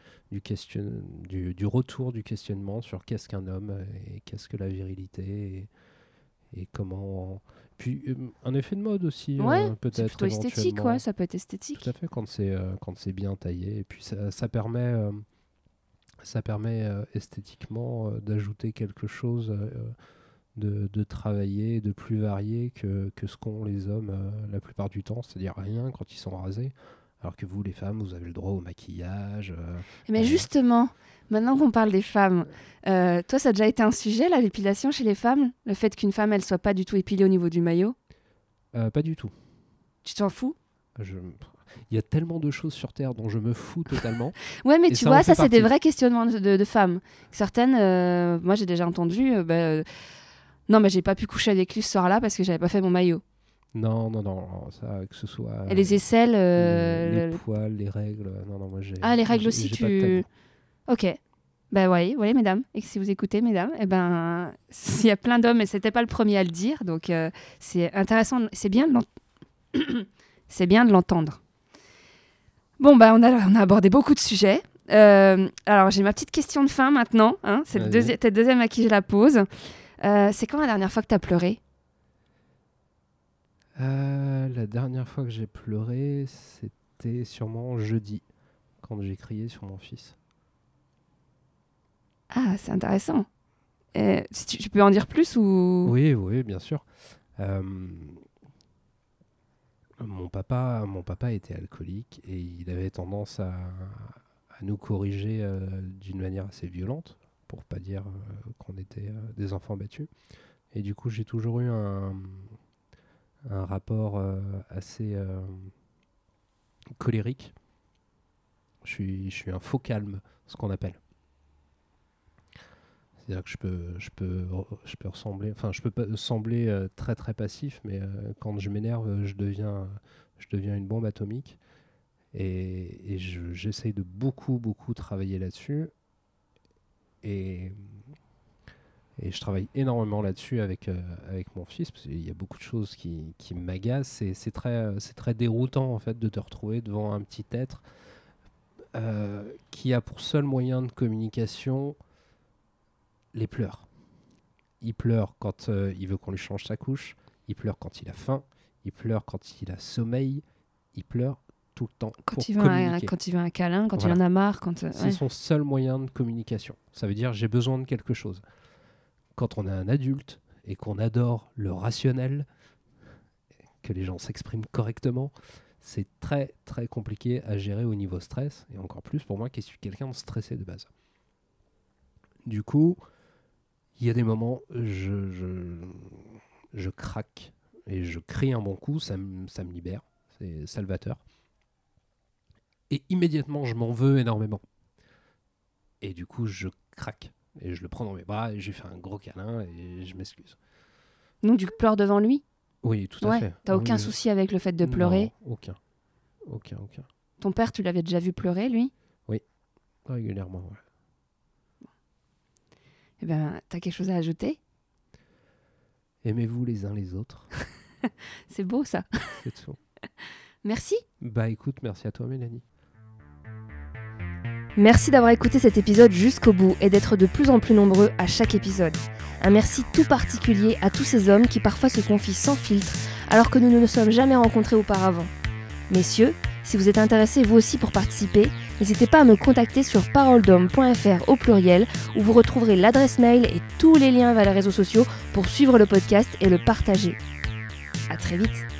du retour du questionnement sur qu'est-ce qu'un homme et qu'est-ce que la virilité et comment. Puis un effet de mode aussi, Ouais, c'est peut-être plutôt esthétique, ouais, éventuellement. ça peut être Tout à esthétique. fait, quand c'est bien taillé. Et puis ça permet esthétiquement d'ajouter quelque chose de travailler, de plus varié que ce qu'ont les hommes la plupart du temps, c'est-à-dire rien quand ils sont rasés. Alors que vous, les femmes, vous avez le droit au maquillage. Mais Euh, justement, maintenant qu'on parle des femmes, toi, ça a déjà été un sujet, là, l'épilation chez les femmes? Le fait qu'une femme, elle soit pas du tout épilée au niveau du maillot? pas du tout. Tu t'en fous? Je- Il y a tellement de choses sur Terre dont je me fous totalement. Ouais, mais Et tu ça en vois, fait ça, c'est des partie. vrais questionnements de femmes. Certaines, moi, j'ai déjà entendu, non, mais j'ai pas pu coucher avec lui ce soir-là parce que j'avais pas fait mon maillot. Non, ça, que ce soit Et les aisselles, les poils, les règles. Non, moi, ah, les règles aussi, j'ai pas de tabou. Ok. Ben oui, mesdames. Et si vous écoutez, mesdames, eh ben, il y a plein d'hommes, et c'était pas le premier à le dire, donc c'est intéressant, c'est bien de l'entendre. Bon, bah, on a abordé beaucoup de sujets. Alors, j'ai ma petite question de fin maintenant. Hein, c'est Vas-y. t'es le deuxième à qui je la pose. C'est quand la dernière fois que tu as pleuré? La dernière fois que j'ai pleuré, c'était sûrement jeudi, quand j'ai crié sur mon fils. Ah, c'est intéressant. Si tu peux en dire plus ou... Oui, bien sûr. Euh, mon papa était alcoolique et il avait tendance à nous corriger d'une manière assez violente, pour pas dire qu'on était des enfants battus. Et du coup, j'ai toujours eu un rapport assez colérique. Je suis un faux calme, ce qu'on appelle. C'est-à-dire que je peux ressembler, enfin je peux pas sembler très très passif, mais quand je m'énerve, je deviens une bombe atomique. Et j'essaye de beaucoup travailler là-dessus. Et je travaille énormément là-dessus avec mon fils, parce qu'il y a beaucoup de choses qui m'agacent. C'est très déroutant en fait de te retrouver devant un petit être qui a pour seul moyen de communication les pleurs. Il pleure quand il veut qu'on lui change sa couche, il pleure quand il a faim, il pleure quand il a sommeil, il pleure tout le temps quand il veut un câlin, quand il en a marre. C'est son seul moyen de communication. Ça veut dire j'ai besoin de quelque chose. Quand on est un adulte et qu'on adore le rationnel, que les gens s'expriment correctement, c'est très très compliqué à gérer au niveau stress, et encore plus pour moi qui suis quelqu'un de stressé de base. Du coup, il y a des moments, je craque et je crie un bon coup, ça me libère, c'est salvateur. Et immédiatement, je m'en veux énormément. Et du coup, je craque. Et je le prends dans mes bras et je lui fais un gros câlin et je m'excuse. Donc tu pleures devant lui ? Oui, tout à fait. T'as aucun souci avec le fait de pleurer ? Non, aucun. Ton père, tu l'avais déjà vu pleurer, lui ? Oui, régulièrement, ouais. Eh ben, t'as quelque chose à ajouter ? Aimez-vous les uns les autres. C'est beau, ça. C'est tout. Merci. Bah écoute, merci à toi, Mélanie. Merci d'avoir écouté cet épisode jusqu'au bout et d'être de plus en plus nombreux à chaque épisode. Un merci tout particulier à tous ces hommes qui parfois se confient sans filtre alors que nous ne nous sommes jamais rencontrés auparavant. Messieurs, si vous êtes intéressés vous aussi pour participer, n'hésitez pas à me contacter sur paroledhomme.fr au pluriel où vous retrouverez l'adresse mail et tous les liens vers les réseaux sociaux pour suivre le podcast et le partager. À très vite.